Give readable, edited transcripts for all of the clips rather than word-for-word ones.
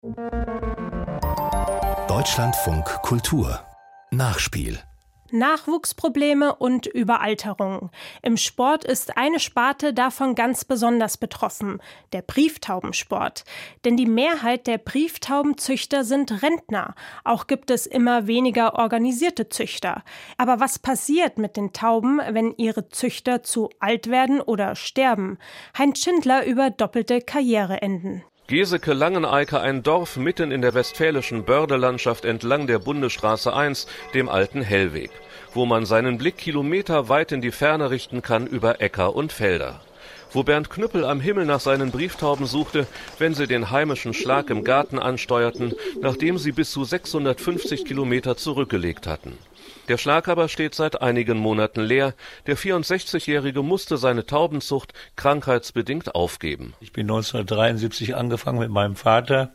Deutschlandfunk Kultur Nachspiel. Nachwuchsprobleme und Überalterung. Im Sport ist eine Sparte davon ganz besonders betroffen, der Brieftaubensport. Denn die Mehrheit der Brieftaubenzüchter sind Rentner. Auch gibt es immer weniger organisierte Züchter. Aber was passiert mit den Tauben, wenn ihre Züchter zu alt werden oder sterben? Heinz Schindler über doppelte Karriereenden. Geseke-Langeneike, ein Dorf mitten in der westfälischen Bördelandschaft entlang der Bundesstraße 1, dem alten Hellweg, wo man seinen Blick kilometerweit in die Ferne richten kann über Äcker und Felder. Wo Bernd Knüppel am Himmel nach seinen Brieftauben suchte, wenn sie den heimischen Schlag im Garten ansteuerten, nachdem sie bis zu 650 Kilometer zurückgelegt hatten. Der Schlag aber steht seit einigen Monaten leer. Der 64-Jährige musste seine Taubenzucht krankheitsbedingt aufgeben. Ich bin 1973 angefangen mit meinem Vater.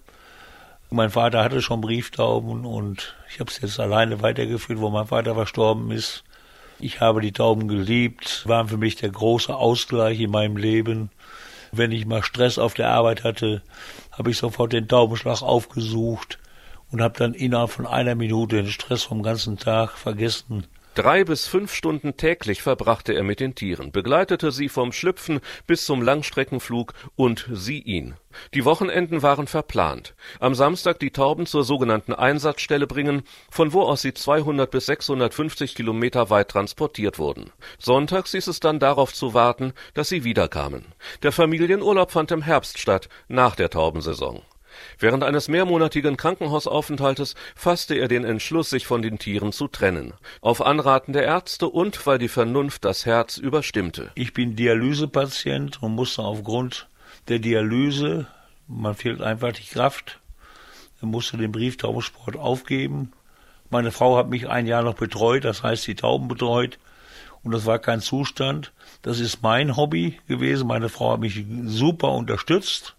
Mein Vater hatte schon Brieftauben und ich habe es jetzt alleine weitergeführt, wo mein Vater verstorben ist. Ich habe die Tauben geliebt, waren für mich der große Ausgleich in meinem Leben. Wenn ich mal Stress auf der Arbeit hatte, habe ich sofort den Taubenschlag aufgesucht und habe dann innerhalb von einer Minute den Stress vom ganzen Tag vergessen. 3 bis 5 Stunden täglich verbrachte er mit den Tieren, begleitete sie vom Schlüpfen bis zum Langstreckenflug und sie ihn. Die Wochenenden waren verplant. Am Samstag die Tauben zur sogenannten Einsatzstelle bringen, von wo aus sie 200 bis 650 Kilometer weit transportiert wurden. Sonntags hieß es dann darauf zu warten, dass sie wiederkamen. Der Familienurlaub fand im Herbst statt, nach der Taubensaison. Während eines mehrmonatigen Krankenhausaufenthaltes fasste er den Entschluss, sich von den Tieren zu trennen. Auf Anraten der Ärzte und weil die Vernunft das Herz überstimmte. Ich bin Dialysepatient und musste aufgrund der Dialyse, man fehlt einfach die Kraft, musste den Brieftaubensport aufgeben. Meine Frau hat mich ein Jahr noch betreut, das heißt die Tauben betreut. Und das war kein Zustand. Das ist mein Hobby gewesen. Meine Frau hat mich super unterstützt.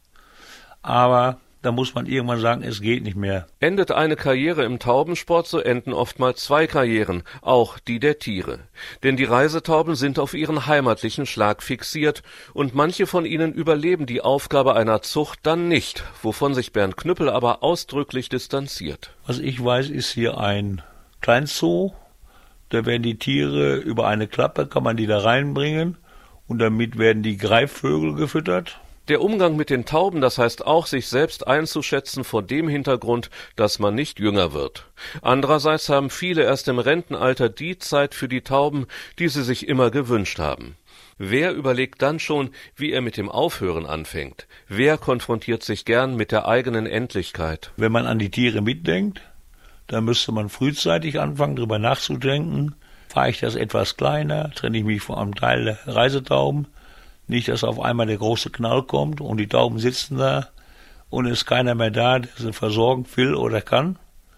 Aber da muss man irgendwann sagen, es geht nicht mehr. Endet eine Karriere im Taubensport, so enden oftmals 2 Karrieren, auch die der Tiere. Denn die Reisetauben sind auf ihren heimatlichen Schlag fixiert und manche von ihnen überleben die Aufgabe einer Zucht dann nicht, wovon sich Bernd Knüppel aber ausdrücklich distanziert. Was ich weiß, ist hier ein Kleinzoo. Da werden die Tiere über eine Klappe, kann man die da reinbringen und damit werden die Greifvögel gefüttert. Der Umgang mit den Tauben, das heißt auch, sich selbst einzuschätzen vor dem Hintergrund, dass man nicht jünger wird. Andererseits haben viele erst im Rentenalter die Zeit für die Tauben, die sie sich immer gewünscht haben. Wer überlegt dann schon, wie er mit dem Aufhören anfängt? Wer konfrontiert sich gern mit der eigenen Endlichkeit? Wenn man an die Tiere mitdenkt, dann müsste man frühzeitig anfangen, darüber nachzudenken. Fahre ich das etwas kleiner, trenne ich mich von einem Teil der Reisetauben. Nicht, dass auf einmal der große Knall kommt und die Tauben sitzen da und es ist keiner mehr da, der sie versorgen will oder kann.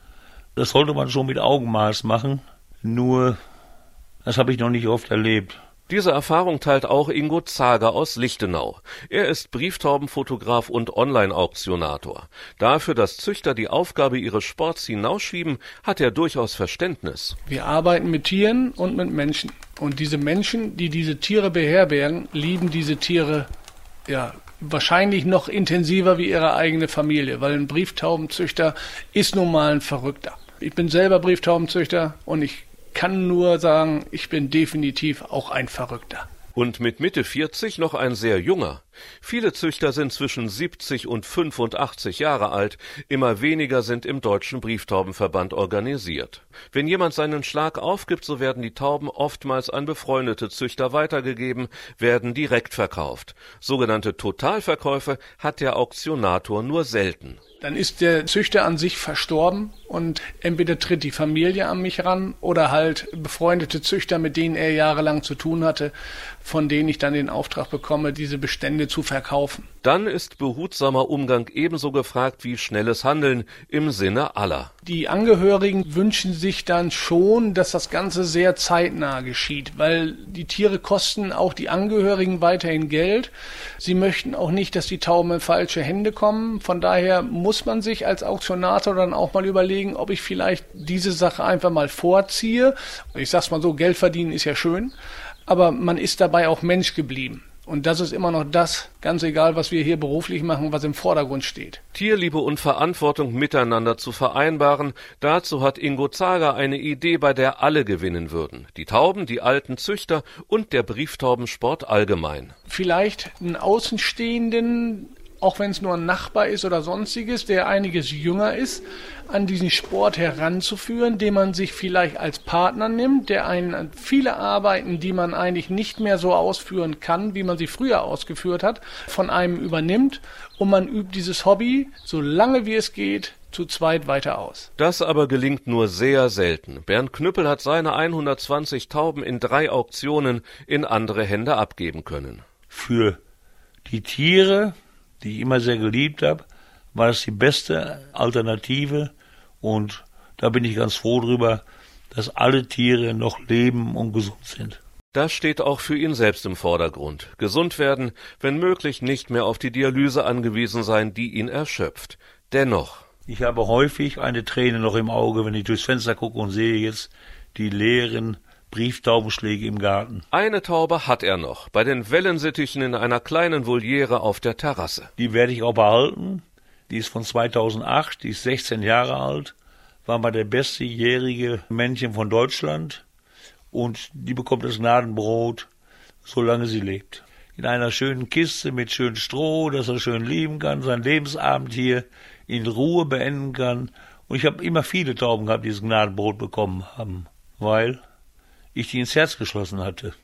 Das sollte man schon mit Augenmaß machen, nur das habe ich noch nicht oft erlebt. Diese Erfahrung teilt auch Ingo Zager aus Lichtenau. Er ist Brieftaubenfotograf und Online-Auktionator. Dafür, dass Züchter die Aufgabe ihres Sports hinausschieben, hat er durchaus Verständnis. Wir arbeiten mit Tieren und mit Menschen. Und diese Menschen, die diese Tiere beherbergen, lieben diese Tiere wahrscheinlich noch intensiver wie ihre eigene Familie, weil ein Brieftaubenzüchter ist nun mal ein Verrückter. Ich bin selber Brieftaubenzüchter und ich kann nur sagen, ich bin definitiv auch ein Verrückter. Und mit Mitte 40 noch ein sehr junger. Viele Züchter sind zwischen 70 und 85 Jahre alt, immer weniger sind im Deutschen Brieftaubenverband organisiert. Wenn jemand seinen Schlag aufgibt, so werden die Tauben oftmals an befreundete Züchter weitergegeben, werden direkt verkauft. Sogenannte Totalverkäufe hat der Auktionator nur selten. Dann ist der Züchter an sich verstorben und entweder tritt die Familie an mich ran oder halt befreundete Züchter, mit denen er jahrelang zu tun hatte, von denen ich dann den Auftrag bekomme, diese Bestände zu verkaufen. Dann ist behutsamer Umgang ebenso gefragt wie schnelles Handeln im Sinne aller. Die Angehörigen wünschen sich dann schon, dass das Ganze sehr zeitnah geschieht, weil die Tiere kosten auch die Angehörigen weiterhin Geld. Sie möchten auch nicht, dass die Tauben in falsche Hände kommen. Von daher muss man sich als Auktionator dann auch mal überlegen, ob ich vielleicht diese Sache einfach mal vorziehe. Ich sag's mal so, Geld verdienen ist ja schön, aber man ist dabei auch Mensch geblieben. Und das ist immer noch das, ganz egal, was wir hier beruflich machen, was im Vordergrund steht. Tierliebe und Verantwortung miteinander zu vereinbaren, dazu hat Ingo Zager eine Idee, bei der alle gewinnen würden. Die Tauben, die alten Züchter und der Brieftaubensport allgemein. Vielleicht einen Außenstehenden, auch wenn es nur ein Nachbar ist oder sonstiges, der einiges jünger ist, an diesen Sport heranzuführen, den man sich vielleicht als Partner nimmt, der einen an viele Arbeiten, die man eigentlich nicht mehr so ausführen kann, wie man sie früher ausgeführt hat, von einem übernimmt, und man übt dieses Hobby, so lange wie es geht, zu zweit weiter aus. Das aber gelingt nur sehr selten. Bernd Knüppel hat seine 120 Tauben in 3 Auktionen in andere Hände abgeben können. Für die Tiere, die ich immer sehr geliebt habe, war das die beste Alternative, und da bin ich ganz froh drüber, dass alle Tiere noch leben und gesund sind. Das steht auch für ihn selbst im Vordergrund. Gesund werden, wenn möglich nicht mehr auf die Dialyse angewiesen sein, die ihn erschöpft. Dennoch. Ich habe häufig eine Träne noch im Auge, wenn ich durchs Fenster gucke und sehe jetzt die leeren Brieftaubenschläge im Garten. Eine Taube hat er noch, bei den Wellensittichen in einer kleinen Voliere auf der Terrasse. Die werde ich auch behalten. Die ist von 2008, die ist 16 Jahre alt, war mal der beste jährige Männchen von Deutschland, und die bekommt das Gnadenbrot, solange sie lebt. In einer schönen Kiste mit schön Stroh, dass er schön lieben kann, sein Lebensabend hier in Ruhe beenden kann. Und ich habe immer viele Tauben gehabt, die das Gnadenbrot bekommen haben, weil ich die ins Herz geschlossen hatte.